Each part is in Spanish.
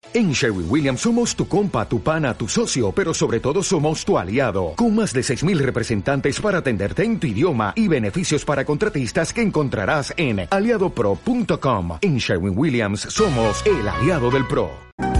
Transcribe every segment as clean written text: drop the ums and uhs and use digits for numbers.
En Sherwin-Williams somos tu compa, tu pana, tu socio, pero sobre todo somos tu aliado, con más de 6,000 representantes para atenderte en tu idioma y beneficios para contratistas que encontrarás en aliadopro.com. En Sherwin-Williams somos el aliado del pro.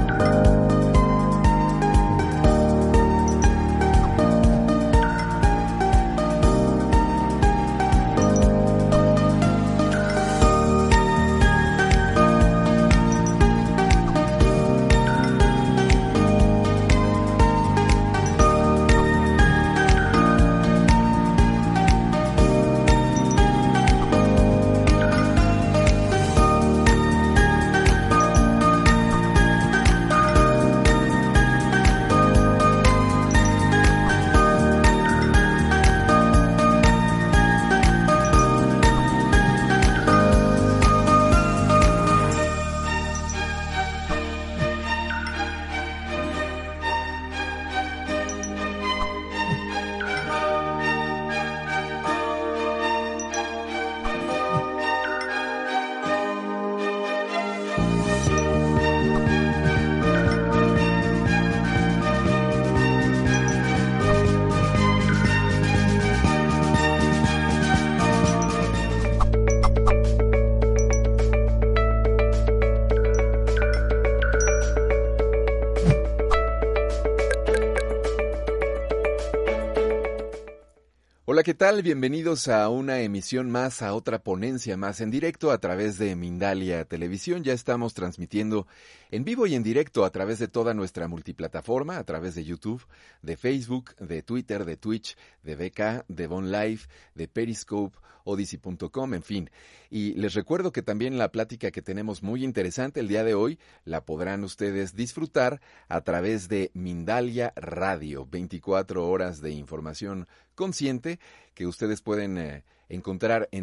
Hola, ¿qué tal? Bienvenidos a una emisión más, a otra ponencia más en directo a través de Mindalia Televisión. Ya estamos transmitiendo en vivo y en directo a través de toda nuestra multiplataforma, a través de YouTube, de Facebook, de Twitter, de Twitch, de VK, de Von Live, de Periscope, Odyssey.com, en fin. Y les recuerdo que también la plática que tenemos muy interesante el día de hoy la podrán ustedes disfrutar a través de Mindalia Radio, 24 horas de información consciente que ustedes pueden encontrar en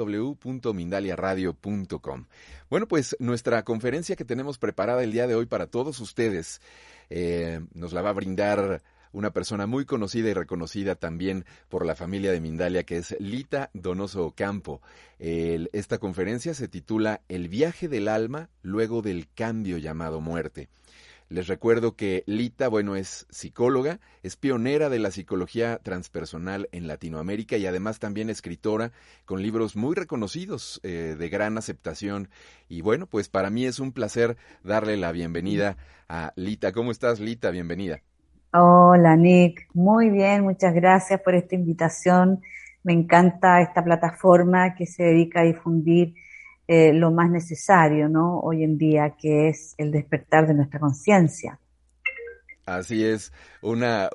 www.mindaliaradio.com. Bueno, pues nuestra conferencia que tenemos preparada el día de hoy para todos ustedes nos la va a brindar una persona muy conocida y reconocida también por la familia de Mindalia, que es Lita Donoso Ocampo. Esta conferencia se titula El viaje del alma luego del cambio llamado muerte. Les recuerdo que Lita, es psicóloga, es pionera de la psicología transpersonal en Latinoamérica y además también escritora con libros muy reconocidos de gran aceptación. Y pues para mí es un placer darle la bienvenida a Lita. ¿Cómo estás, Lita? Bienvenida. Hola, Nick. Muy bien, muchas gracias por esta invitación. Me encanta esta plataforma que se dedica a difundir lo más necesario, ¿no? Hoy en día, que es el despertar de nuestra conciencia. Así es, una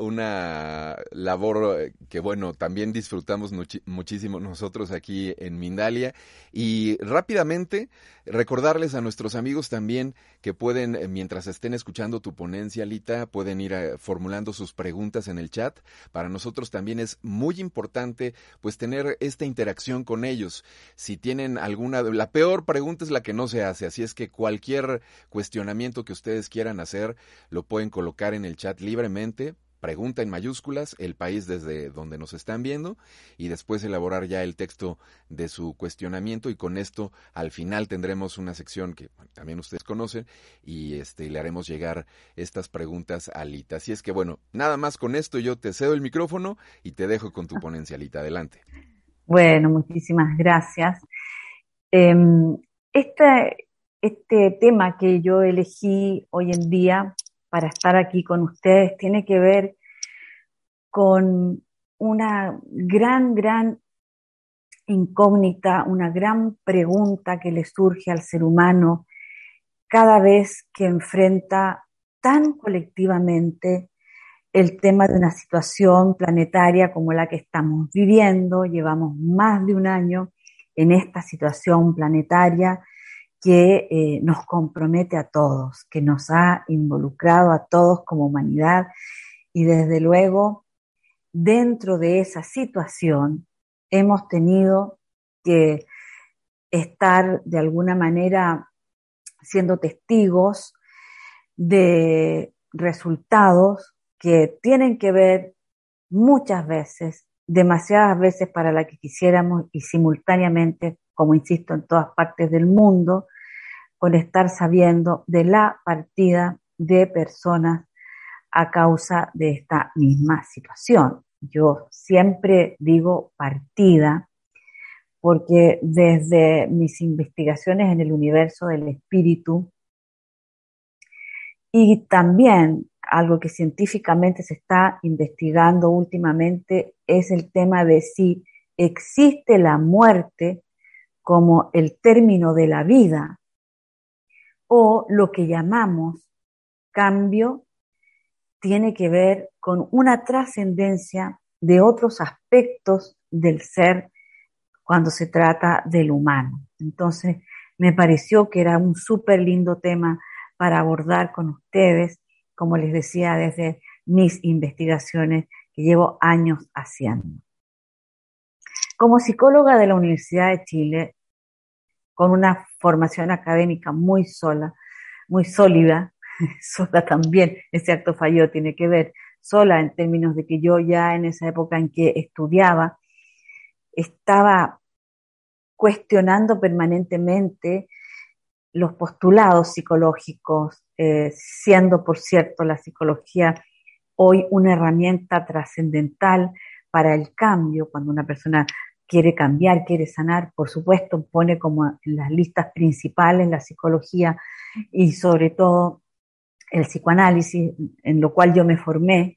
labor que también disfrutamos muchísimo nosotros aquí en Mindalia. Y rápidamente recordarles a nuestros amigos también que pueden, mientras estén escuchando tu ponencia, Lita, pueden ir formulando sus preguntas en el chat. Para nosotros también es muy importante tener esta interacción con ellos. Si tienen la peor pregunta es la que no se hace, así es que cualquier cuestionamiento que ustedes quieran hacer lo pueden colocar en el chat libremente, pregunta en mayúsculas, el país desde donde nos están viendo y después elaborar ya el texto de su cuestionamiento, y con esto al final tendremos una sección que también ustedes conocen y le haremos llegar estas preguntas a Lita. Así es que nada más con esto yo te cedo el micrófono y te dejo con tu ponencia, Lita. Adelante. Bueno, muchísimas gracias. Este tema que yo elegí hoy en día para estar aquí con ustedes tiene que ver con una gran incógnita, una gran pregunta que le surge al ser humano cada vez que enfrenta tan colectivamente el tema de una situación planetaria como la que estamos viviendo. Llevamos más de un año en esta situación planetaria que nos compromete a todos, que nos ha involucrado a todos como humanidad, y desde luego dentro de esa situación hemos tenido que estar de alguna manera siendo testigos de resultados que tienen que ver muchas veces, demasiadas veces para la que quisiéramos, y simultáneamente, como insisto, en todas partes del mundo, con estar sabiendo de la partida de personas a causa de esta misma situación. Yo siempre digo partida porque desde mis investigaciones en el universo del espíritu y también algo que científicamente se está investigando últimamente es el tema de si existe la muerte como el término de la vida o lo que llamamos cambio tiene que ver con una trascendencia de otros aspectos del ser cuando se trata del humano. Entonces, me pareció que era un súper lindo tema para abordar con ustedes, como les decía, desde mis investigaciones que llevo años haciendo. Como psicóloga de la Universidad de Chile, con una formación académica muy sólida, sola también, ese acto fallido tiene que ver, sola en términos de que yo ya en esa época en que estudiaba, estaba cuestionando permanentemente los postulados psicológicos, siendo, por cierto, la psicología hoy una herramienta trascendental para el cambio. Cuando una persona quiere cambiar, quiere sanar, por supuesto, pone como en las listas principales la psicología y sobre todo el psicoanálisis, en lo cual yo me formé.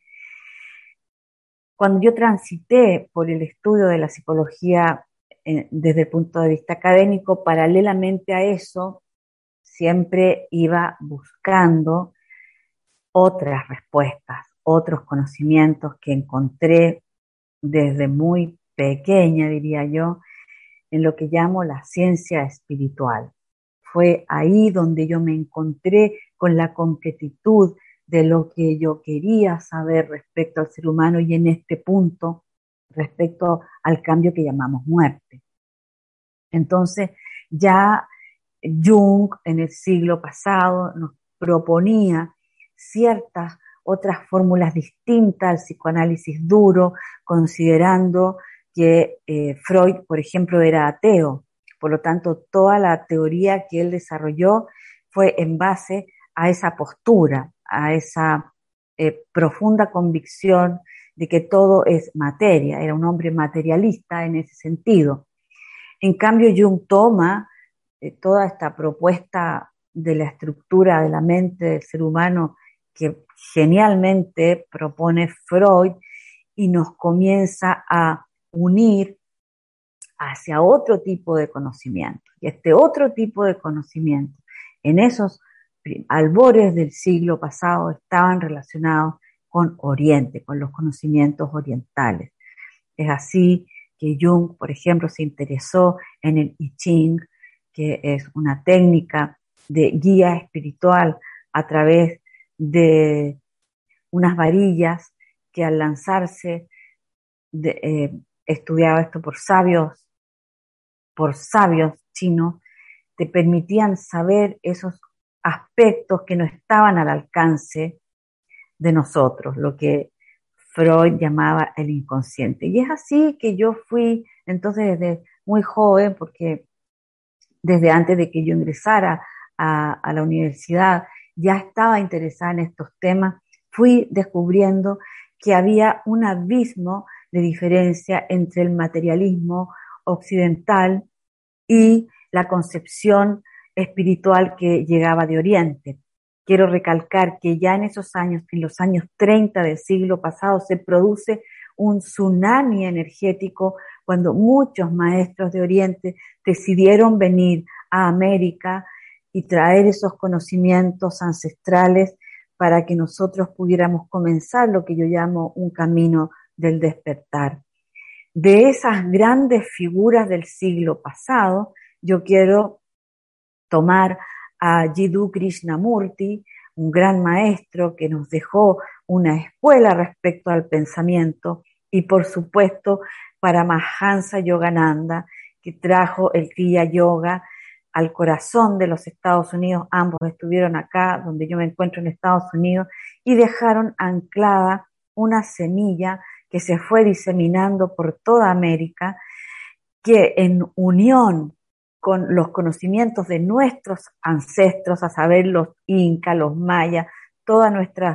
Cuando yo transité por el estudio de la psicología desde el punto de vista académico, paralelamente a eso, siempre iba buscando otras respuestas, otros conocimientos que encontré desde muy pequeña, diría yo, en lo que llamo la ciencia espiritual. Fue ahí donde yo me encontré con la completitud de lo que yo quería saber respecto al ser humano y en este punto respecto al cambio que llamamos muerte. Entonces ya Jung en el siglo pasado nos proponía ciertas otras fórmulas distintas al psicoanálisis duro, considerando que Freud, por ejemplo, era ateo. Por lo tanto, toda la teoría que él desarrolló fue en base a esa postura, a esa profunda convicción de que todo es materia. Era un hombre materialista en ese sentido. En cambio, Jung toma toda esta propuesta de la estructura de la mente del ser humano que genialmente propone Freud y nos comienza a unir hacia otro tipo de conocimiento. Y este otro tipo de conocimiento, en esos albores del siglo pasado, estaban relacionados con Oriente, con los conocimientos orientales. Es así que Jung, por ejemplo, se interesó en el I Ching, que es una técnica de guía espiritual a través de unas varillas que al lanzarse, estudiaba esto por sabios chinos, te permitían saber esos aspectos que no estaban al alcance de nosotros, lo que Freud llamaba el inconsciente. Y es así que yo fui entonces desde muy joven, porque desde antes de que yo ingresara a la universidad ya estaba interesada en estos temas, fui descubriendo que había un abismo de diferencia entre el materialismo occidental y la concepción espiritual que llegaba de Oriente. Quiero recalcar que ya en esos años, en los años 30 del siglo pasado, se produce un tsunami energético cuando muchos maestros de Oriente decidieron venir a América y traer esos conocimientos ancestrales para que nosotros pudiéramos comenzar lo que yo llamo un camino del despertar. De esas grandes figuras del siglo pasado, yo quiero tomar a Jiddu Krishnamurti, un gran maestro que nos dejó una escuela respecto al pensamiento, y por supuesto Paramahansa Yogananda, que trajo el Kriya Yoga al corazón de los Estados Unidos. Ambos estuvieron acá, donde yo me encuentro en Estados Unidos, y dejaron anclada una semilla que se fue diseminando por toda América, que en unión con los conocimientos de nuestros ancestros, a saber, los incas, los mayas, toda nuestra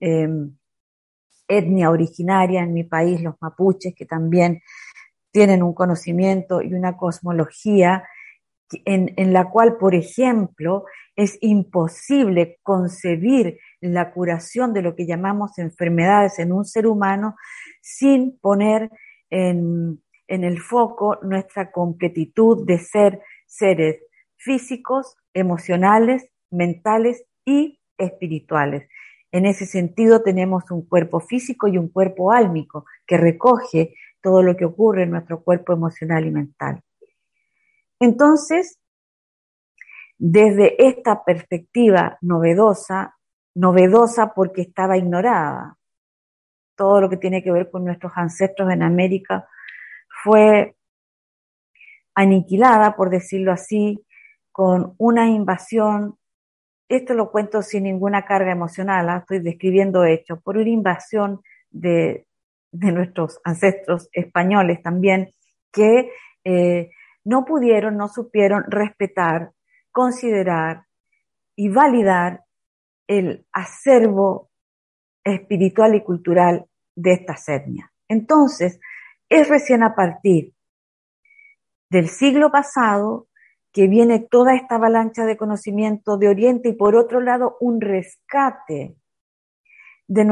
etnia originaria en mi país, los mapuches, que también tienen un conocimiento y una cosmología en la cual, por ejemplo, es imposible concebir la curación de lo que llamamos enfermedades en un ser humano sin poner en el foco nuestra completitud de ser seres físicos, emocionales, mentales y espirituales. En ese sentido tenemos un cuerpo físico y un cuerpo álmico que recoge todo lo que ocurre en nuestro cuerpo emocional y mental. Entonces, desde esta perspectiva novedosa porque estaba ignorada, todo lo que tiene que ver con nuestros ancestros en América fue aniquilada, por decirlo así, con una invasión. Esto lo cuento sin ninguna carga emocional, estoy describiendo hechos, por una invasión de nuestros ancestros españoles también, que no pudieron, no supieron respetar, considerar y validar el acervo espiritual y cultural de estas etnias. Entonces, es recién a partir del siglo pasado que viene toda esta avalancha de conocimiento de Oriente y por otro lado un rescate de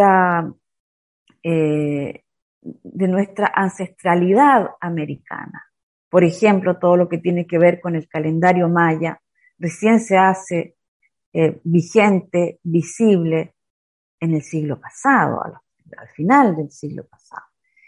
nuestra ancestralidad americana. Por ejemplo, todo lo que tiene que ver con el calendario maya recién se hace vigente, visible en el siglo pasado, al final del siglo pasado.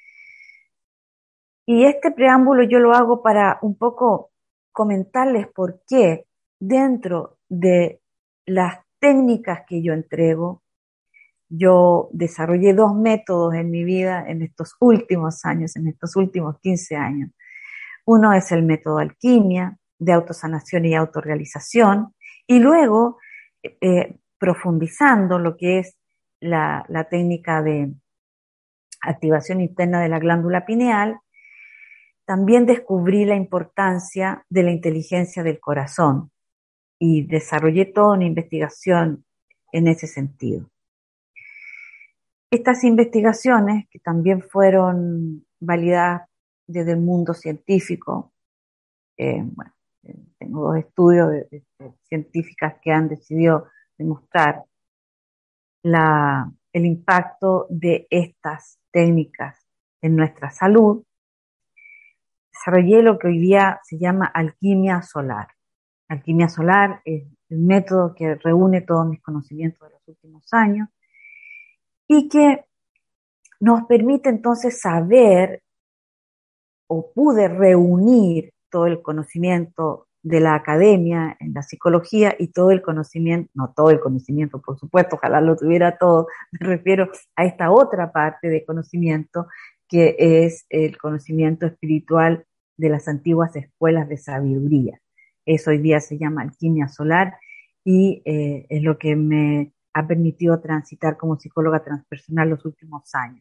Y este preámbulo yo lo hago para un poco comentarles por qué dentro de las técnicas que yo entrego, yo desarrollé 2 métodos en mi vida en estos últimos años, en estos últimos 15 años. Uno es el método alquimia, de autosanación y autorrealización, y luego profundizando lo que es la técnica de activación interna de la glándula pineal, también descubrí la importancia de la inteligencia del corazón y desarrollé toda una investigación en ese sentido. Estas investigaciones, que también fueron validadas desde el mundo científico, tengo 2 estudios de científicas que han decidido demostrar el impacto de estas técnicas en nuestra salud. Desarrollé lo que hoy día se llama alquimia solar. Alquimia solar es el método que reúne todos mis conocimientos de los últimos años y que nos permite entonces saber, o pude reunir todo el conocimiento de la academia en la psicología y todo el conocimiento, no todo el conocimiento, por supuesto, ojalá lo tuviera todo, me refiero a esta otra parte de conocimiento que es el conocimiento espiritual de las antiguas escuelas de sabiduría. Eso hoy día se llama alquimia solar y es lo que me ha permitido transitar como psicóloga transpersonal los últimos años.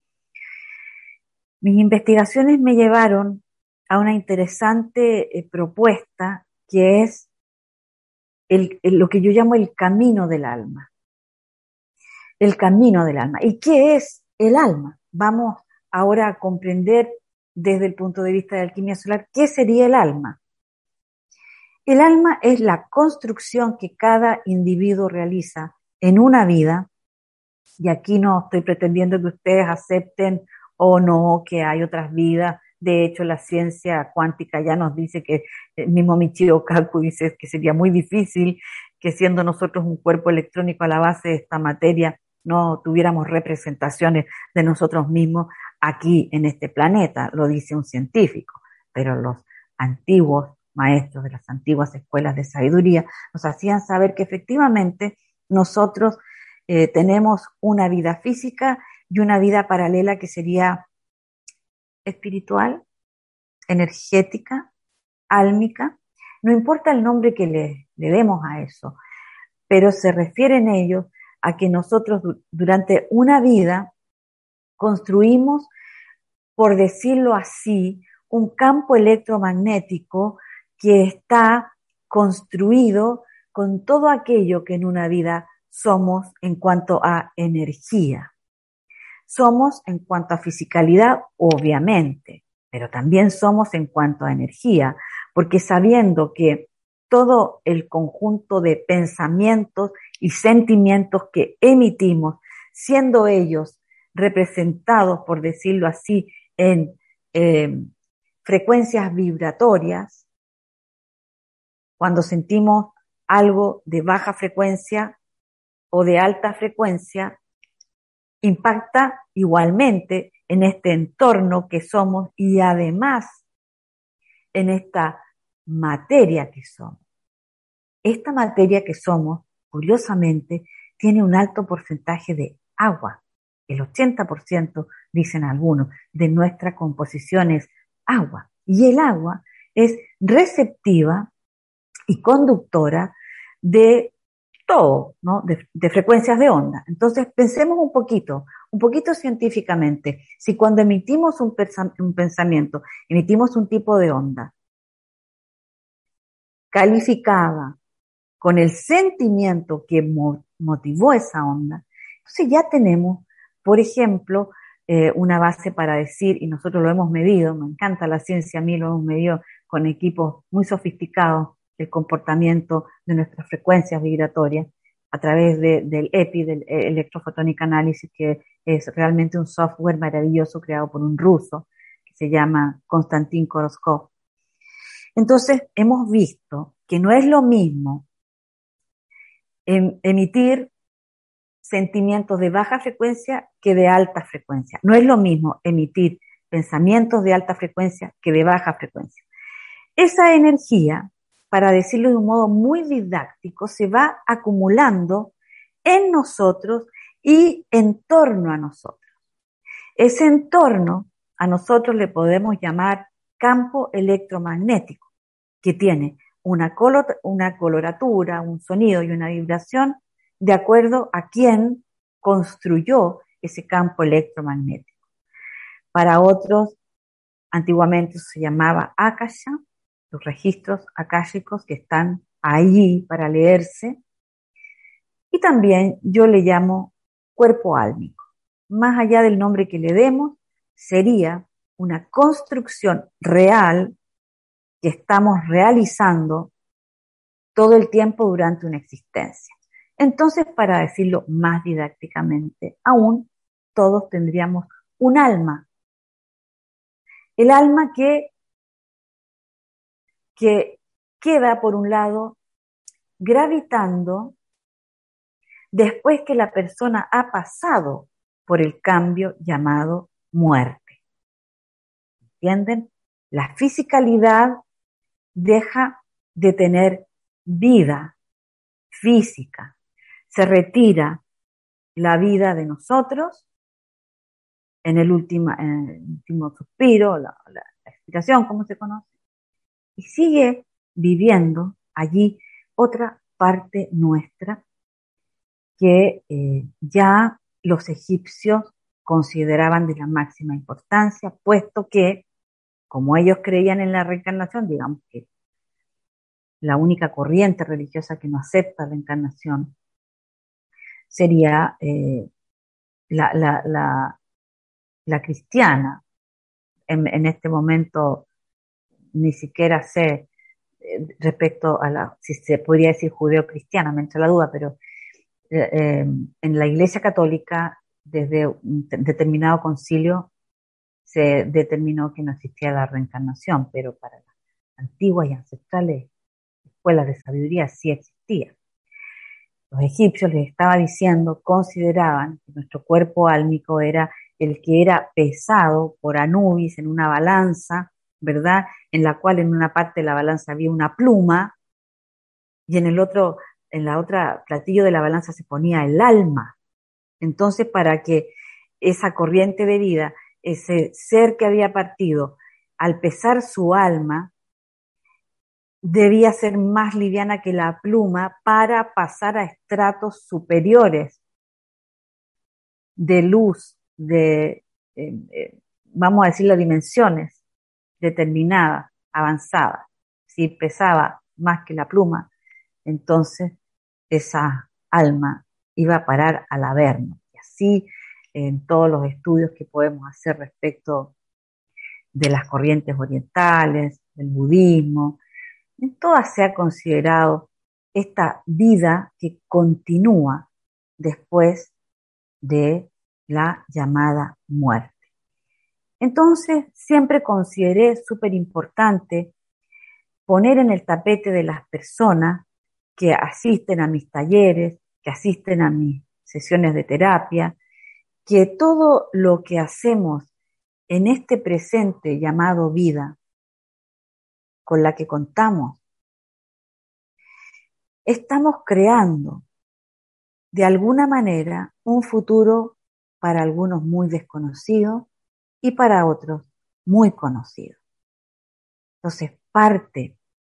Mis investigaciones me llevaron a una interesante propuesta que es lo que yo llamo el camino del alma. El camino del alma. ¿Y qué es el alma? Vamos ahora a comprender desde el punto de vista de alquimia solar qué sería el alma. El alma es la construcción que cada individuo realiza en una vida, y aquí no estoy pretendiendo que ustedes acepten o no que hay otras vidas. De hecho, la ciencia cuántica ya nos dice que el mismo Michio Kaku dice que sería muy difícil que siendo nosotros un cuerpo electrónico a la base de esta materia no tuviéramos representaciones de nosotros mismos aquí en este planeta, lo dice un científico, pero los antiguos maestros de las antiguas escuelas de sabiduría nos hacían saber que efectivamente nosotros tenemos una vida física y una vida paralela que sería espiritual, energética, álmica, no importa el nombre que le demos a eso, pero se refieren ellos a que nosotros durante una vida construimos, por decirlo así, un campo electromagnético que está construido con todo aquello que en una vida somos en cuanto a energía. Somos en cuanto a fisicalidad, obviamente, pero también somos en cuanto a energía, porque sabiendo que todo el conjunto de pensamientos y sentimientos que emitimos, siendo ellos representados, por decirlo así, en frecuencias vibratorias, cuando sentimos algo de baja frecuencia o de alta frecuencia, impacta igualmente en este entorno que somos y además en esta materia que somos. Esta materia que somos, curiosamente, tiene un alto porcentaje de agua. El 80%, dicen algunos, de nuestra composición es agua. Y el agua es receptiva y conductora de todo, ¿no? De frecuencias de onda. Entonces, pensemos un poquito científicamente. Si cuando emitimos un pensamiento, emitimos un tipo de onda calificada con el sentimiento que motivó esa onda, entonces ya tenemos, por ejemplo, una base para decir, y nosotros lo hemos medido, me encanta la ciencia, a mí lo hemos medido con equipos muy sofisticados, el comportamiento de nuestras frecuencias vibratorias a través del EPI, del Electrophotonic Analysis, que es realmente un software maravilloso creado por un ruso que se llama Konstantin Koroskov. Entonces, hemos visto que no es lo mismo emitir sentimientos de baja frecuencia que de alta frecuencia. No es lo mismo emitir pensamientos de alta frecuencia que de baja frecuencia. Esa energía, para decirlo de un modo muy didáctico, se va acumulando en nosotros y en torno a nosotros. Ese entorno a nosotros le podemos llamar campo electromagnético, que tiene una coloratura, un sonido y una vibración de acuerdo a quién construyó ese campo electromagnético. Para otros, antiguamente se llamaba Akasha, los registros akáshicos que están allí para leerse, y también yo le llamo cuerpo álmico. Más allá del nombre que le demos, sería una construcción real que estamos realizando todo el tiempo durante una existencia. Entonces, para decirlo más didácticamente aún, todos tendríamos un alma. El alma que queda, por un lado, gravitando después que la persona ha pasado por el cambio llamado muerte. ¿Entienden? La fisicalidad deja de tener vida física. Se retira la vida de nosotros en el último suspiro, la expiración, como se conoce, y sigue viviendo allí otra parte nuestra que ya los egipcios consideraban de la máxima importancia, puesto que, como ellos creían en la reencarnación, digamos que la única corriente religiosa que no acepta la encarnación sería la cristiana. En este momento ni siquiera sé respecto a si se podría decir judeo-cristiana, me entra la duda, pero en la Iglesia Católica, desde un determinado concilio, se determinó que no existía la reencarnación, pero para las antiguas y ancestrales escuelas de sabiduría sí existía. Los egipcios les estaba diciendo, consideraban que nuestro cuerpo álmico era el que era pesado por Anubis en una balanza, ¿verdad? En la cual en una parte de la balanza había una pluma y en la otra platillo de la balanza se ponía el alma. Entonces, para que esa corriente de vida, ese ser que había partido, al pesar su alma, debía ser más liviana que la pluma para pasar a estratos superiores de luz, vamos a decir, las dimensiones determinadas, avanzadas. si pesaba más que la pluma, entonces esa alma iba a parar al Averno. Y así en todos los estudios que podemos hacer respecto de las corrientes orientales, del budismo, en todas se ha considerado esta vida que continúa después de la llamada muerte. Entonces, siempre consideré súper importante poner en el tapete de las personas que asisten a mis talleres, que asisten a mis sesiones de terapia, que todo lo que hacemos en este presente llamado vida, con la que contamos, estamos creando de alguna manera un futuro para algunos muy desconocido y para otros muy conocido. Entonces, parte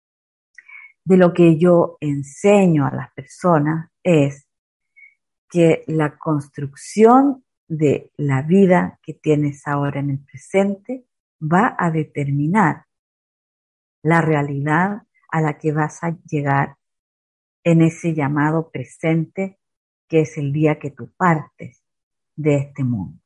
de lo que yo enseño a las personas es que la construcción de la vida que tienes ahora en el presente va a determinar la realidad a la que vas a llegar en ese llamado presente, que es el día que tú partes de este mundo.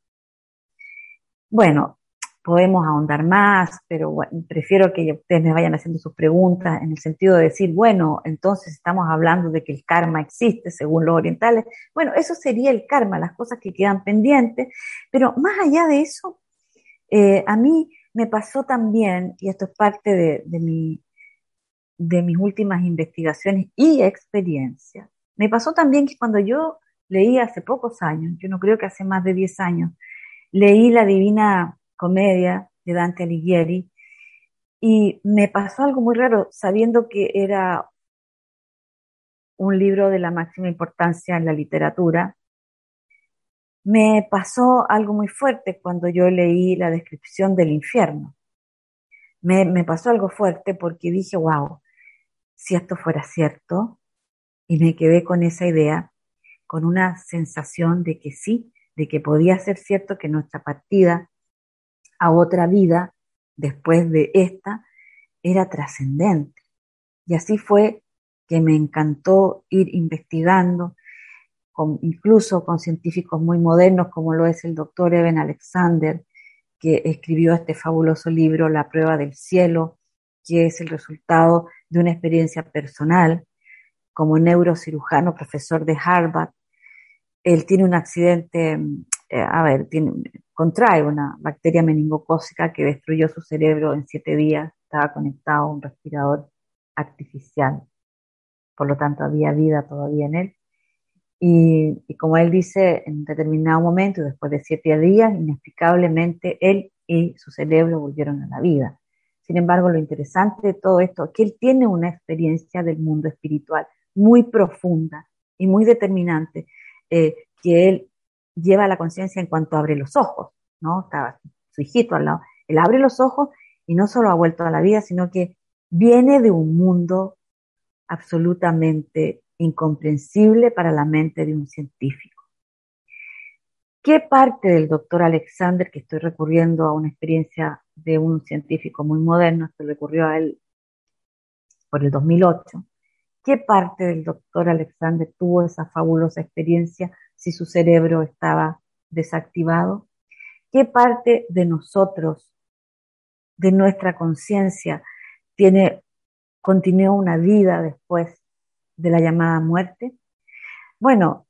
Bueno, podemos ahondar más, pero bueno, prefiero que ustedes me vayan haciendo sus preguntas en el sentido de decir, bueno, entonces estamos hablando de que el karma existe según los orientales. Bueno, eso sería el karma, las cosas que quedan pendientes, pero más allá de eso, a mí me pasó también, y esto es parte de mis últimas investigaciones y experiencias, me pasó también que cuando yo leí hace pocos años, yo no creo que hace más de 10 años, leí la Divina Comedia de Dante Alighieri y me pasó algo muy raro, sabiendo que era un libro de la máxima importancia en la literatura. Me pasó algo muy fuerte cuando yo leí la descripción del infierno. Me pasó algo fuerte porque dije, wow, si esto fuera cierto, y me quedé con esa idea, con una sensación de que sí, de que podía ser cierto que nuestra partida a otra vida después de esta era trascendente. Y así fue que me encantó ir investigando, incluso con científicos muy modernos como lo es el doctor Eben Alexander, que escribió este fabuloso libro, La prueba del cielo, que es el resultado de una experiencia personal como neurocirujano, profesor de Harvard. Él tiene un accidente, contrae una bacteria meningocócica que destruyó su cerebro en 7 días, estaba conectado a un respirador artificial, por lo tanto había vida todavía en él. Y como él dice, en determinado momento, después de 7 días, inexplicablemente él y su cerebro volvieron a la vida. Sin embargo, lo interesante de todo esto es que él tiene una experiencia del mundo espiritual muy profunda y muy determinante, que él lleva a la conciencia en cuanto abre los ojos, ¿no? Estaba su hijito al lado. Él abre los ojos y no solo ha vuelto a la vida, sino que viene de un mundo absolutamente incomprensible para la mente de un científico. ¿Qué parte del doctor Alexander, que estoy recurriendo a una experiencia de un científico muy moderno, esto le ocurrió a él por el 2008, qué parte del doctor Alexander tuvo esa fabulosa experiencia si su cerebro estaba desactivado? ¿Qué parte de nosotros, de nuestra conciencia, continúa una vida después de la llamada muerte? Bueno,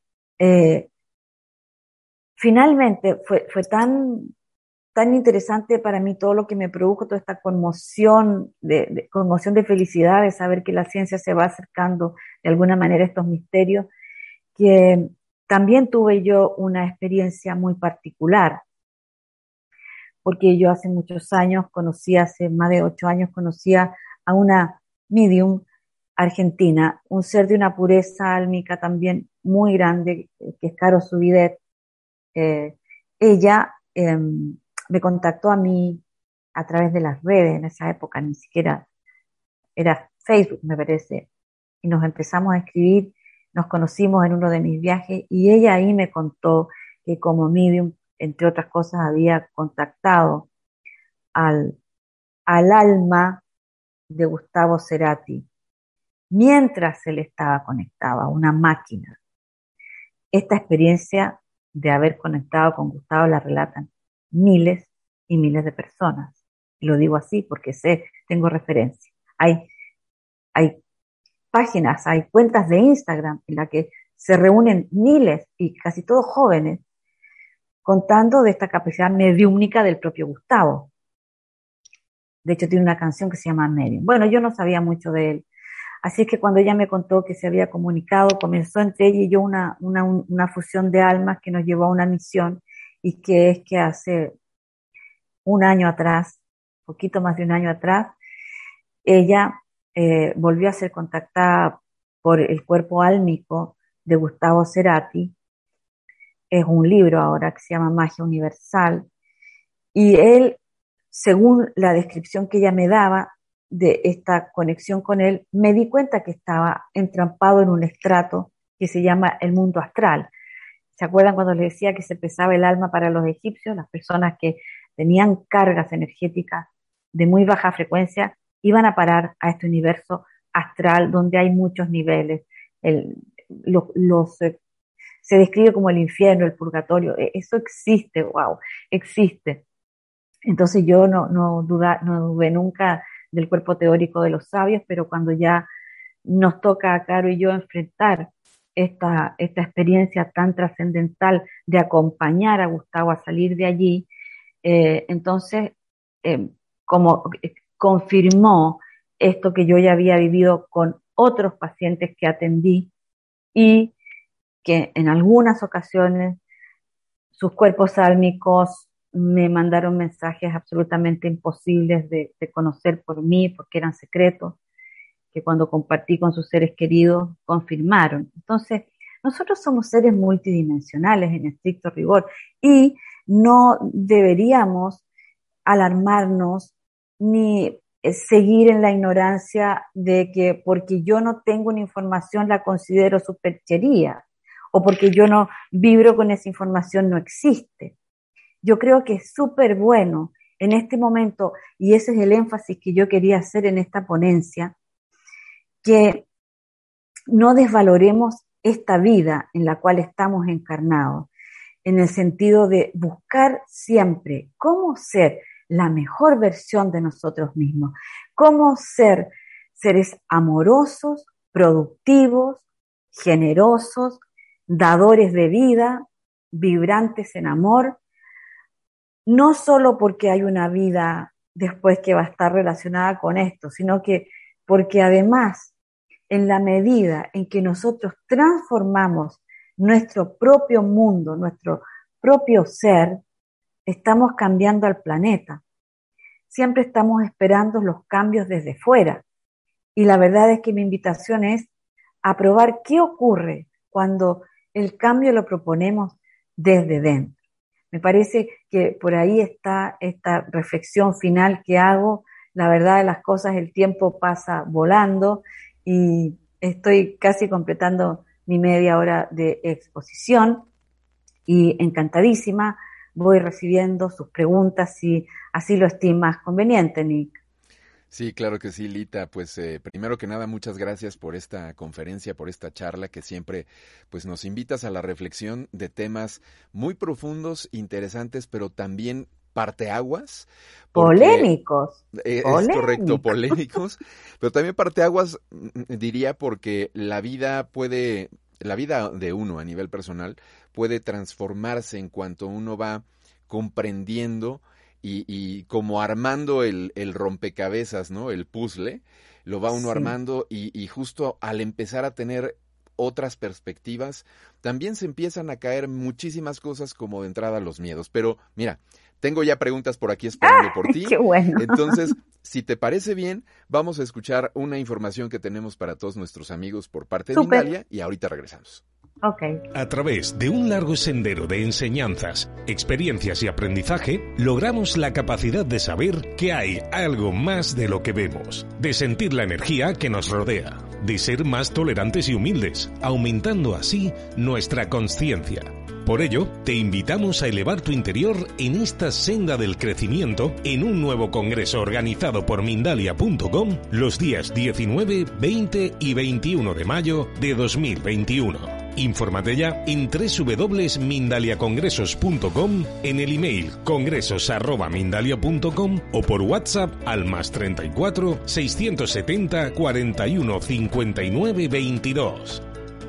finalmente fue tan interesante para mí todo lo que me produjo, toda esta conmoción conmoción de felicidad de saber que la ciencia se va acercando de alguna manera a estos misterios, que también tuve yo una experiencia muy particular, porque yo hace muchos años hace más de 8 años, conocía a una medium argentina, un ser de una pureza álmica también muy grande, que es Caro Subidet. Ella me contactó a mí a través de las redes, en esa época ni siquiera era Facebook, me parece, y nos empezamos a escribir, nos conocimos en uno de mis viajes y ella ahí me contó que como medium, entre otras cosas, había contactado al alma de Gustavo Cerati mientras él estaba conectado a una máquina. Esta experiencia de haber conectado con Gustavo la relatan miles y miles de personas. Y lo digo así porque tengo referencia. Hay páginas, hay cuentas de Instagram en las que se reúnen miles y casi todos jóvenes contando de esta capacidad mediúmnica del propio Gustavo. De hecho, tiene una canción que se llama Medium. Bueno, yo no sabía mucho de él. Así es que cuando ella me contó que se había comunicado, comenzó entre ella y yo una fusión de almas que nos llevó a una misión, y que es que hace un año atrás, poquito más de un año atrás, ella volvió a ser contactada por el cuerpo álmico de Gustavo Cerati. Es un libro ahora que se llama Magia Universal, y él, según la descripción que ella me daba de esta conexión con él, me di cuenta que estaba entrampado en un estrato que se llama el mundo astral. ¿Se acuerdan cuando les decía que se pesaba el alma para los egipcios? Las personas que tenían cargas energéticas de muy baja frecuencia iban a parar a este universo astral donde hay muchos niveles. Se describe como el infierno, el purgatorio. Eso existe, wow, existe. Entonces yo no dudé nunca del cuerpo teórico de los sabios, pero cuando ya nos toca a Caro y yo enfrentar esta experiencia tan trascendental de acompañar a Gustavo a salir de allí, entonces como confirmó esto que yo ya había vivido con otros pacientes que atendí, y que en algunas ocasiones sus cuerpos álmicos me mandaron mensajes absolutamente imposibles de conocer por mí, porque eran secretos, que cuando compartí con sus seres queridos confirmaron. Entonces, nosotros somos seres multidimensionales en estricto rigor, y no deberíamos alarmarnos ni seguir en la ignorancia de que porque yo no tengo una información la considero superchería, o porque yo no vibro con esa información no existe. Yo creo que es súper bueno en este momento, y ese es el énfasis que yo quería hacer en esta ponencia, que no desvaloremos esta vida en la cual estamos encarnados, en el sentido de buscar siempre cómo ser la mejor versión de nosotros mismos, cómo ser seres amorosos, productivos, generosos, dadores de vida, vibrantes en amor, no solo porque hay una vida después que va a estar relacionada con esto, sino que porque además, en la medida en que nosotros transformamos nuestro propio mundo, nuestro propio ser, estamos cambiando al planeta. Siempre estamos esperando los cambios desde fuera. Y la verdad es que mi invitación es a probar qué ocurre cuando el cambio lo proponemos desde dentro. Me parece que por ahí está esta reflexión final que hago. La verdad de las cosas, el tiempo pasa volando y estoy casi completando mi media hora de exposición, y encantadísima voy recibiendo sus preguntas si así lo estimas conveniente, Nick. Sí, claro que sí, Lita. Pues primero que nada, muchas gracias por esta conferencia, por esta charla que siempre pues nos invitas a la reflexión de temas muy profundos, interesantes, pero también parteaguas. Polémicos. Es correcto, polémicos, pero también parteaguas, diría, porque la vida de uno a nivel personal puede transformarse en cuanto uno va comprendiendo y como armando el rompecabezas, ¿no? El puzzle, lo va uno armando y justo al empezar a tener otras perspectivas, también se empiezan a caer muchísimas cosas, como de entrada los miedos. Pero mira, tengo ya preguntas por aquí esperando por ti. ¡Qué bueno! Entonces, si te parece bien, vamos a escuchar una información que tenemos para todos nuestros amigos por parte de Mindalia, y ahorita regresamos. Okay. A través de un largo sendero de enseñanzas, experiencias y aprendizaje, logramos la capacidad de saber que hay algo más de lo que vemos, de sentir la energía que nos rodea, de ser más tolerantes y humildes, aumentando así nuestra consciencia, Por ello, te invitamos a elevar tu interior en esta senda del crecimiento en un nuevo congreso organizado por Mindalia.com los días 19, 20 y 21 de mayo de 2021. Infórmate ya en www.mindaliacongresos.com, en el email congresos@mindalia.com o por WhatsApp al +34 670 41 59 22.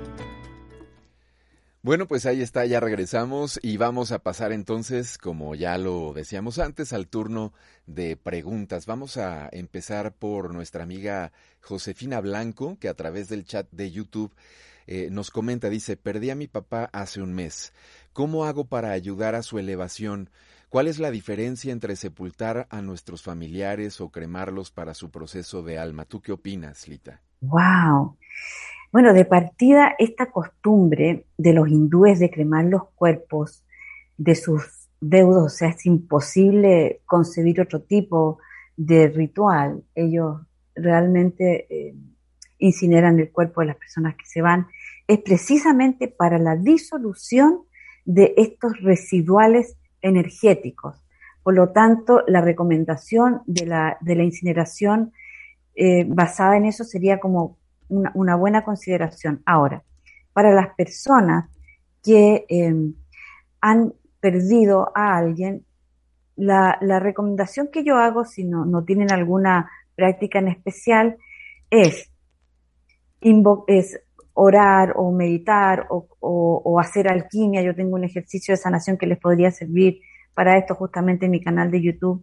Bueno, pues ahí está, ya regresamos y vamos a pasar entonces, como ya lo decíamos antes, al turno de preguntas. Vamos a empezar por nuestra amiga Josefina Blanco, que a través del chat de YouTube nos comenta, dice: perdí a mi papá hace un mes. ¿Cómo hago para ayudar a su elevación? ¿Cuál es la diferencia entre sepultar a nuestros familiares o cremarlos para su proceso de alma? ¿Tú qué opinas, Lita? ¡Wow! Bueno, de partida, esta costumbre de los hindúes de cremar los cuerpos de sus deudos, o sea, es imposible concebir otro tipo de ritual. Ellos realmente incineran el cuerpo de las personas que se van, es precisamente para la disolución de estos residuales energéticos. Por lo tanto, la recomendación de la incineración basada en eso sería como una buena consideración. Ahora, para las personas que han perdido a alguien, la recomendación que yo hago, si no tienen alguna práctica en especial, es orar o meditar o hacer alquimia. Yo tengo un ejercicio de sanación que les podría servir para esto justamente en mi canal de YouTube.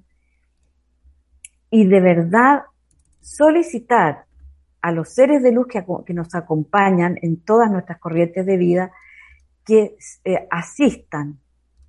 Y de verdad solicitar a los seres de luz que nos acompañan en todas nuestras corrientes de vida que asistan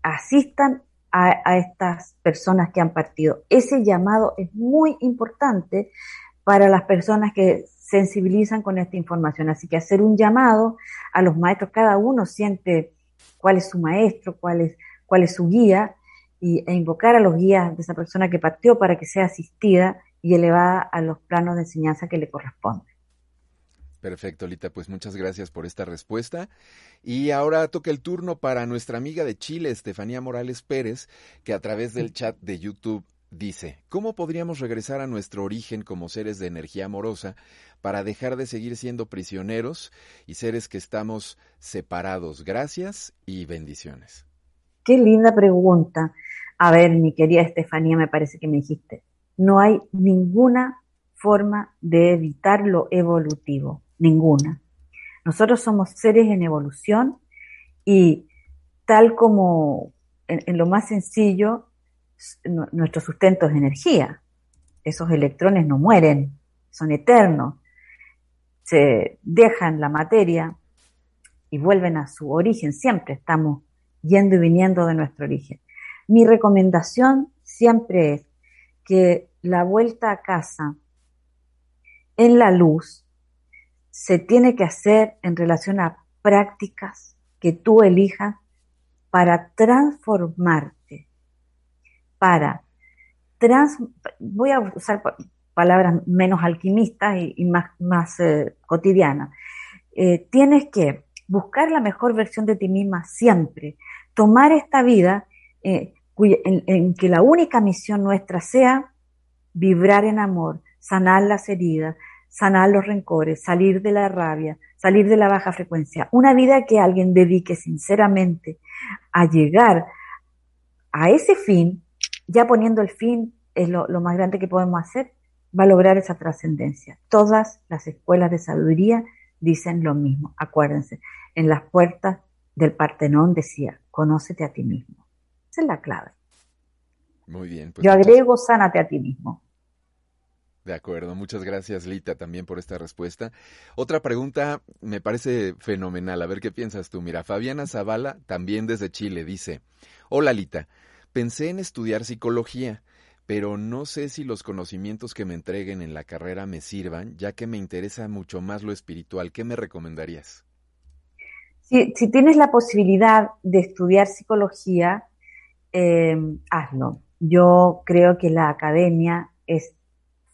a estas personas que han partido. Ese llamado es muy importante para las personas que sensibilizan con esta información. Así que hacer un llamado a los maestros, cada uno siente cuál es su maestro, cuál es su guía, e invocar a los guías de esa persona que partió para que sea asistida y elevada a los planos de enseñanza que le corresponden. Perfecto, Lita, pues muchas gracias por esta respuesta. Y ahora toca el turno para nuestra amiga de Chile, Estefanía Morales Pérez, que a través del chat de YouTube dice: ¿cómo podríamos regresar a nuestro origen como seres de energía amorosa para dejar de seguir siendo prisioneros y seres que estamos separados? Gracias y bendiciones. Qué linda pregunta. A ver, mi querida Estefanía, me parece que me dijiste, no hay ninguna forma de evitar lo evolutivo, ninguna. Nosotros somos seres en evolución y tal como en lo más sencillo, nuestro sustento es energía. Esos electrones no mueren, son eternos. Se dejan la materia y vuelven a su origen. Siempre estamos yendo y viniendo de nuestro origen. Mi recomendación siempre es que la vuelta a casa en la luz se tiene que hacer en relación a prácticas que tú elijas para transformarte, voy a usar palabras menos alquimistas y más cotidianas. Tienes que buscar la mejor versión de ti misma siempre, tomar esta vida en que la única misión nuestra sea vibrar en amor, sanar las heridas, sanar los rencores, salir de la rabia, salir de la baja frecuencia. Una vida que alguien dedique sinceramente a llegar a ese fin, ya poniendo el fin es lo más grande que podemos hacer, va a lograr esa trascendencia. Todas las escuelas de sabiduría dicen lo mismo. Acuérdense, en las puertas del Partenón decía: conócete a ti mismo. Esa es la clave. Muy bien. Pues yo agrego, sánate a ti mismo. De acuerdo, muchas gracias, Lita, también por esta respuesta. Otra pregunta me parece fenomenal, a ver qué piensas tú. Mira, Fabiana Zavala, también desde Chile, dice: hola, Lita, pensé en estudiar psicología, pero no sé si los conocimientos que me entreguen en la carrera me sirvan, ya que me interesa mucho más lo espiritual. ¿Qué me recomendarías? Si tienes la posibilidad de estudiar psicología, hazlo. Yo creo que la academia es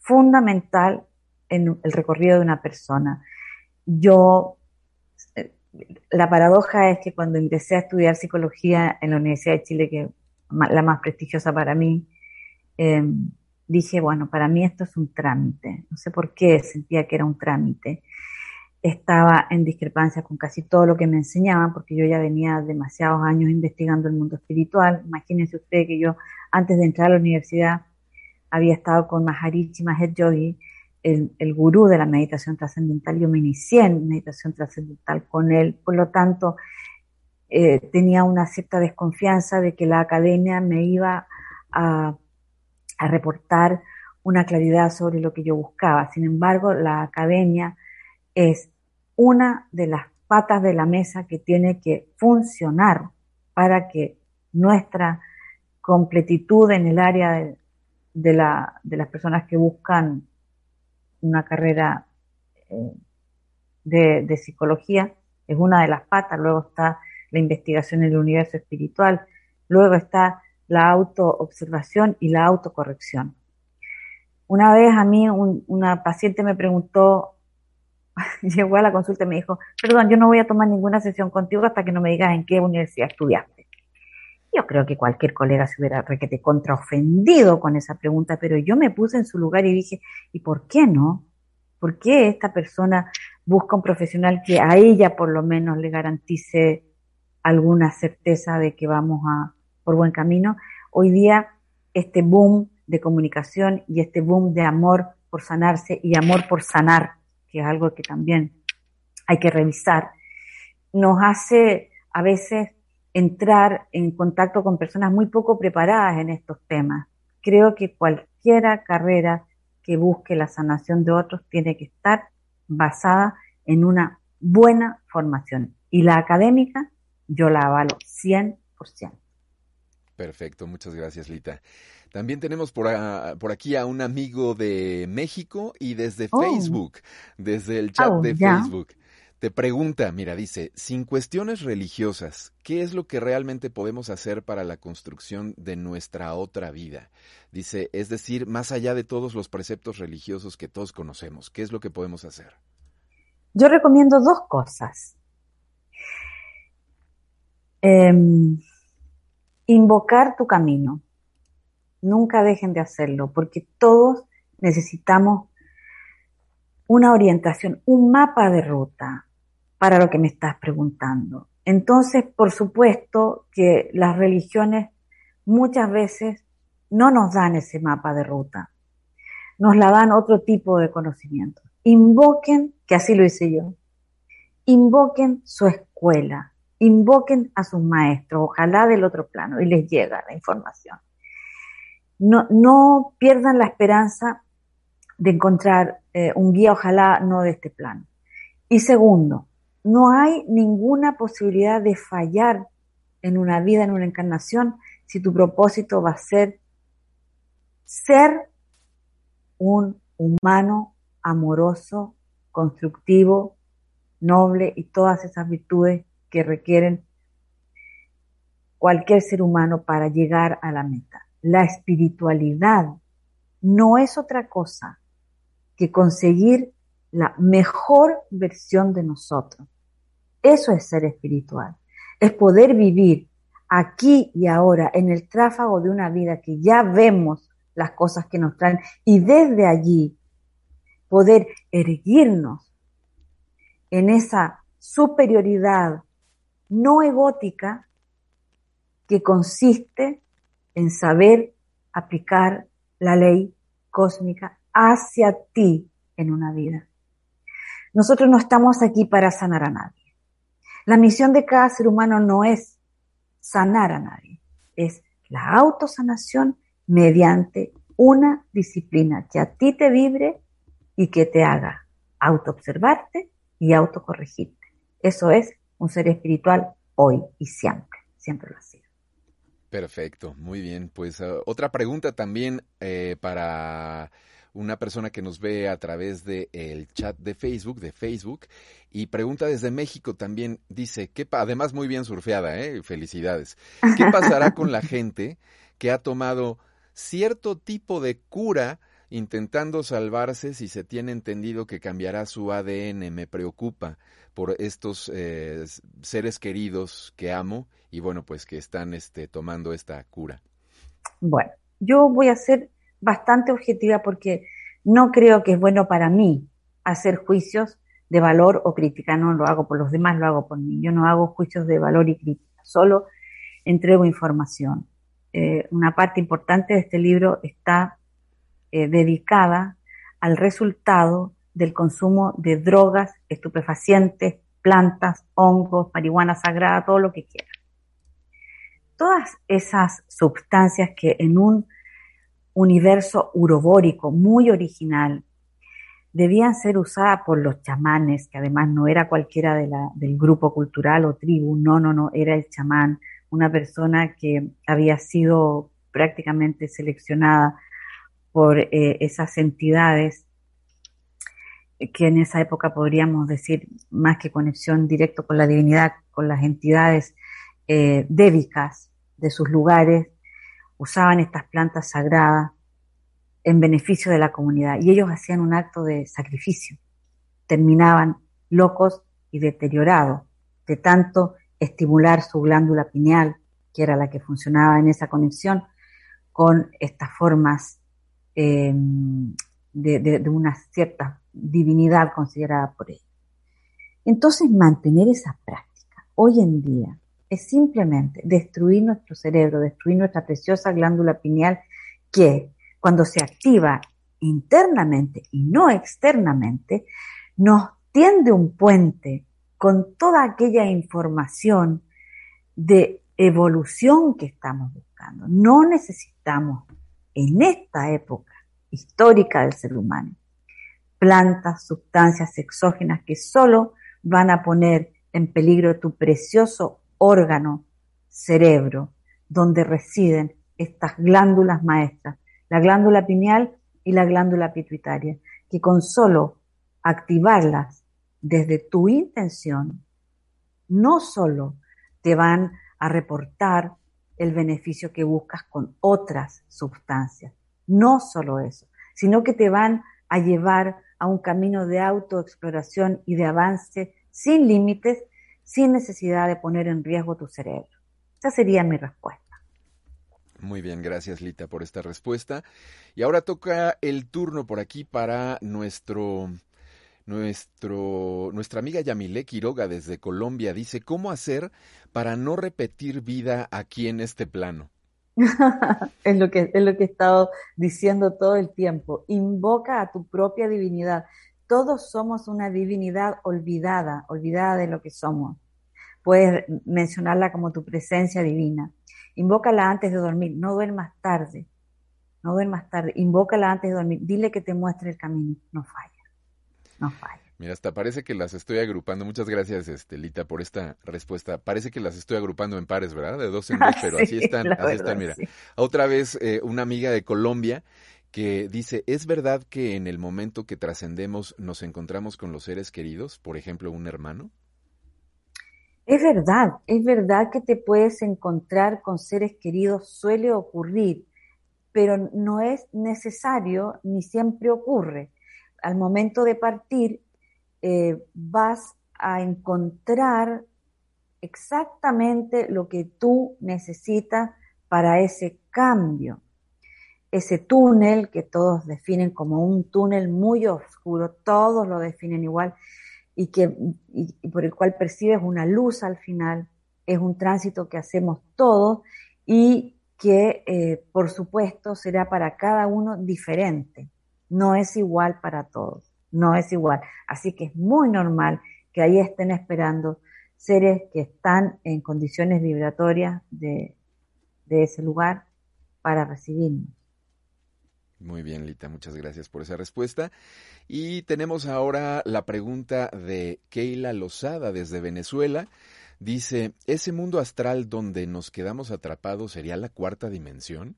fundamental en el recorrido de una persona. Yo la paradoja es que cuando empecé a estudiar psicología en la Universidad de Chile, que es la más prestigiosa para mí, dije, bueno, para mí esto es un trámite. No sé por qué sentía que era un trámite. Estaba en discrepancia con casi todo lo que me enseñaban, porque yo ya venía demasiados años investigando el mundo espiritual. Imagínense ustedes que yo, antes de entrar a la universidad, había estado con Maharishi Mahesh Yogi, el gurú de la meditación trascendental. Yo me inicié en meditación trascendental con él, por lo tanto, tenía una cierta desconfianza de que la academia me iba a reportar una claridad sobre lo que yo buscaba. Sin embargo, la academia es una de las patas de la mesa que tiene que funcionar para que nuestra completitud en el área de las personas que buscan una carrera de psicología es una de las patas. Luego está la investigación en el universo espiritual, luego está la autoobservación y la autocorrección. Una vez a mí una paciente me preguntó, llegó a la consulta y me dijo, perdón, yo no voy a tomar ninguna sesión contigo hasta que no me digas en qué universidad estudiaste. Yo creo que cualquier colega se hubiera requete contraofendido con esa pregunta, pero yo me puse en su lugar y dije, ¿y por qué no? ¿Por qué esta persona busca un profesional que a ella por lo menos le garantice alguna certeza de que vamos por buen camino? Hoy día este boom de comunicación y este boom de amor por sanarse y amor por sanar, que es algo que también hay que revisar, nos hace a veces entrar en contacto con personas muy poco preparadas en estos temas. Creo que cualquier carrera que busque la sanación de otros tiene que estar basada en una buena formación. Y la académica, yo la avalo 100%. Perfecto, muchas gracias, Lita. También tenemos por aquí a un amigo de México y desde Facebook, desde el chat de Facebook. Te pregunta, mira, dice, sin cuestiones religiosas, ¿qué es lo que realmente podemos hacer para la construcción de nuestra otra vida? Dice, es decir, más allá de todos los preceptos religiosos que todos conocemos, ¿qué es lo que podemos hacer? Yo recomiendo dos cosas. Invocar tu camino. Nunca dejen de hacerlo, porque todos necesitamos una orientación, un mapa de ruta para lo que me estás preguntando. Entonces, por supuesto que las religiones muchas veces no nos dan ese mapa de ruta, nos la dan otro tipo de conocimiento. Invoquen, que así lo hice yo, invoquen su escuela, invoquen a sus maestros, ojalá del otro plano, y les llega la información. No pierdan la esperanza de encontrar un guía, ojalá no de este plano. Y segundo, no hay ninguna posibilidad de fallar en una vida, en una encarnación, si tu propósito va a ser un humano amoroso, constructivo, noble y todas esas virtudes que requieren cualquier ser humano para llegar a la meta. La espiritualidad no es otra cosa que conseguir la mejor versión de nosotros. Eso es ser espiritual. Es poder vivir aquí y ahora en el tráfago de una vida que ya vemos las cosas que nos traen y desde allí poder erguirnos en esa superioridad no egótica que consiste en saber aplicar la ley cósmica hacia ti en una vida. Nosotros no estamos aquí para sanar a nadie. La misión de cada ser humano no es sanar a nadie, es la autosanación mediante una disciplina que a ti te vibre y que te haga autoobservarte y autocorregirte. Eso es un ser espiritual hoy y siempre, siempre lo ha sido. Perfecto, muy bien. Pues otra pregunta también para una persona que nos ve a través del chat de Facebook, y pregunta desde México también, dice, además muy bien surfeada, felicidades. ¿Qué pasará con la gente que ha tomado cierto tipo de cura intentando salvarse si se tiene entendido que cambiará su ADN. Me preocupa por estos seres queridos que amo y bueno, pues que están tomando esta cura. Bueno, yo voy a ser bastante objetiva porque no creo que es bueno para mí hacer juicios de valor o crítica. No lo hago por los demás, lo hago por mí. Yo no hago juicios de valor y crítica, solo entrego información. Una parte importante de este libro está dedicada al resultado del consumo de drogas, estupefacientes, plantas, hongos, marihuana sagrada, todo lo que quieran. Todas esas sustancias que en un universo urobórico muy original debían ser usadas por los chamanes, que además no era cualquiera del grupo cultural o tribu, no, era el chamán, una persona que había sido prácticamente seleccionada por esas entidades que en esa época podríamos decir más que conexión directa con la divinidad, con las entidades dédicas de sus lugares, usaban estas plantas sagradas en beneficio de la comunidad y ellos hacían un acto de sacrificio, terminaban locos y deteriorados de tanto estimular su glándula pineal, que era la que funcionaba en esa conexión con estas formas de una cierta divinidad considerada por ellos. Entonces, mantener esa práctica hoy en día es simplemente destruir nuestro cerebro, destruir nuestra preciosa glándula pineal que, cuando se activa internamente y no externamente, nos tiende un puente con toda aquella información de evolución que estamos buscando. No necesitamos, en esta época histórica del ser humano, plantas, sustancias exógenas que solo van a poner en peligro tu precioso órgano cerebro, donde residen estas glándulas maestras, la glándula pineal y la glándula pituitaria, que con solo activarlas desde tu intención, no solo te van a reportar el beneficio que buscas con otras sustancias, no solo eso, sino que te van a llevar a un camino de autoexploración y de avance sin límites, sin necesidad de poner en riesgo tu cerebro. Esa sería mi respuesta. Muy bien, gracias Lita por esta respuesta. Y ahora toca el turno por aquí para nuestra amiga Yamile Quiroga desde Colombia. Dice, ¿cómo hacer para no repetir vida aquí en este plano? Es lo que he estado diciendo todo el tiempo. Invoca a tu propia divinidad. Todos somos una divinidad olvidada de lo que somos. Puedes mencionarla como tu presencia divina. Invócala antes de dormir, no duermas tarde, invócala antes de dormir, dile que te muestre el camino, no falla. Mira, hasta parece que las estoy agrupando, muchas gracias Lita por esta respuesta, parece que las estoy agrupando en pares, ¿verdad? De dos en dos, pero sí, así están, mira. Sí. Otra vez una amiga de Colombia que dice, ¿es verdad que en el momento que trascendemos nos encontramos con los seres queridos, por ejemplo, un hermano? Es verdad que te puedes encontrar con seres queridos, suele ocurrir, pero no es necesario ni siempre ocurre. Al momento de partir, vas a encontrar exactamente lo que tú necesitas para ese cambio. Ese túnel que todos definen como un túnel muy oscuro, todos lo definen igual, y por el cual percibes una luz al final, es un tránsito que hacemos todos y que por supuesto será para cada uno diferente, no es igual para todos, no es igual, así que es muy normal que ahí estén esperando seres que están en condiciones vibratorias de ese lugar para recibirnos. Muy bien, Lita, muchas gracias por esa respuesta. Y tenemos ahora la pregunta de Keila Lozada desde Venezuela. Dice, ¿ese mundo astral donde nos quedamos atrapados sería la cuarta dimensión?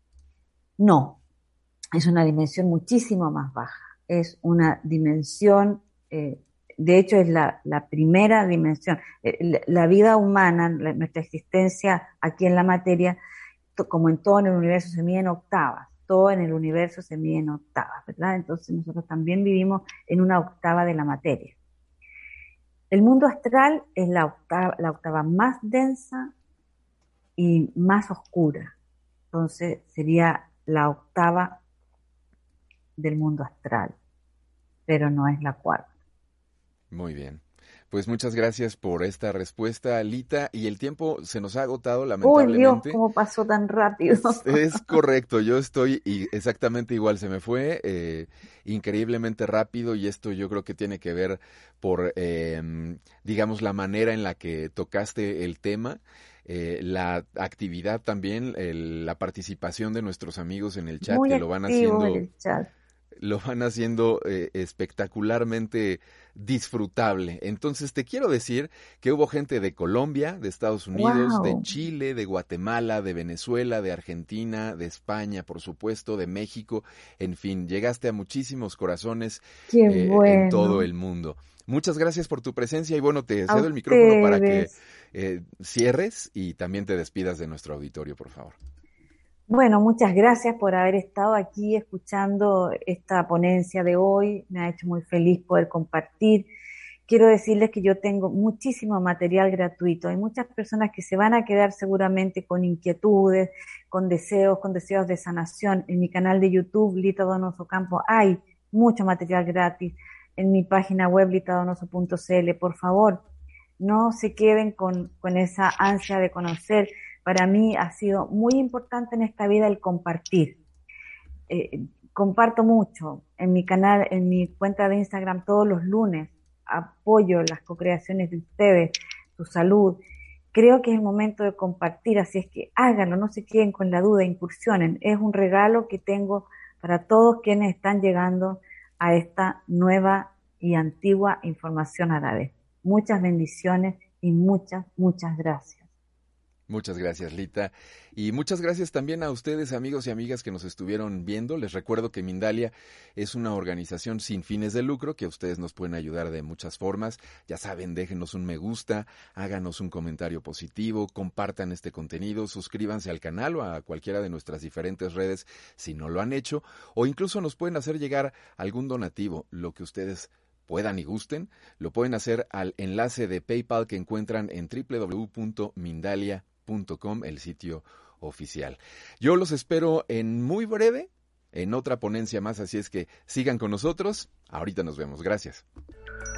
No, es una dimensión muchísimo más baja. Es una dimensión, de hecho es la primera dimensión. La vida humana, nuestra existencia aquí en la materia, como en todo en el universo, se mide en octavas. todo en el universo se mide en octavas, ¿verdad? Entonces nosotros también vivimos en una octava de la materia. El mundo astral es la octava más densa y más oscura. Entonces sería la octava del mundo astral, pero no es la cuarta. Muy bien. Pues muchas gracias por esta respuesta, Lita. Y el tiempo se nos ha agotado, lamentablemente. Uy, Dios, cómo pasó tan rápido. Es correcto, yo estoy exactamente igual, se me fue increíblemente rápido y esto yo creo que tiene que ver por, digamos, la manera en la que tocaste el tema. La actividad también, la participación de nuestros amigos en el chat, Muy que lo van activos haciendo, en el chat. lo van haciendo espectacularmente disfrutable. Entonces te quiero decir que hubo gente de Colombia, de Estados Unidos, de Wow. Chile, de Guatemala, de Venezuela, de Argentina, de España, por supuesto, de México. En fin, llegaste a muchísimos corazones Qué en todo bueno. el mundo. Muchas gracias por tu presencia y bueno, te A cedo el micrófono para que ustedes. cierres y también te despidas de nuestro auditorio, por favor. Bueno, muchas gracias por haber estado aquí escuchando esta ponencia de hoy. Me ha hecho muy feliz poder compartir. Quiero decirles que yo tengo muchísimo material gratuito. Hay muchas personas que se van a quedar seguramente con inquietudes, con deseos de sanación. En mi canal de YouTube, Lita Donoso Campo, hay mucho material gratis. En mi página web, litadonoso.cl. Por favor, no se queden con esa ansia de conocer. Para mí ha sido muy importante en esta vida el compartir. Comparto mucho en mi canal, en mi cuenta de Instagram todos los lunes. Apoyo las co-creaciones de ustedes, su salud. Creo que es el momento de compartir, así es que háganlo, no se queden con la duda, incursionen. Es un regalo que tengo para todos quienes están llegando a esta nueva y antigua información a la vez. Muchas bendiciones y muchas, muchas gracias. Muchas gracias, Lita. Y muchas gracias también a ustedes, amigos y amigas que nos estuvieron viendo. Les recuerdo que Mindalia es una organización sin fines de lucro, que ustedes nos pueden ayudar de muchas formas. Ya saben, déjenos un me gusta, háganos un comentario positivo, compartan este contenido, suscríbanse al canal o a cualquiera de nuestras diferentes redes si no lo han hecho, o incluso nos pueden hacer llegar algún donativo, lo que ustedes puedan y gusten, lo pueden hacer al enlace de PayPal que encuentran en www.mindalia.com, el sitio oficial. Yo los espero en muy breve, en otra ponencia más, así es que sigan con nosotros. Ahorita nos vemos. Gracias.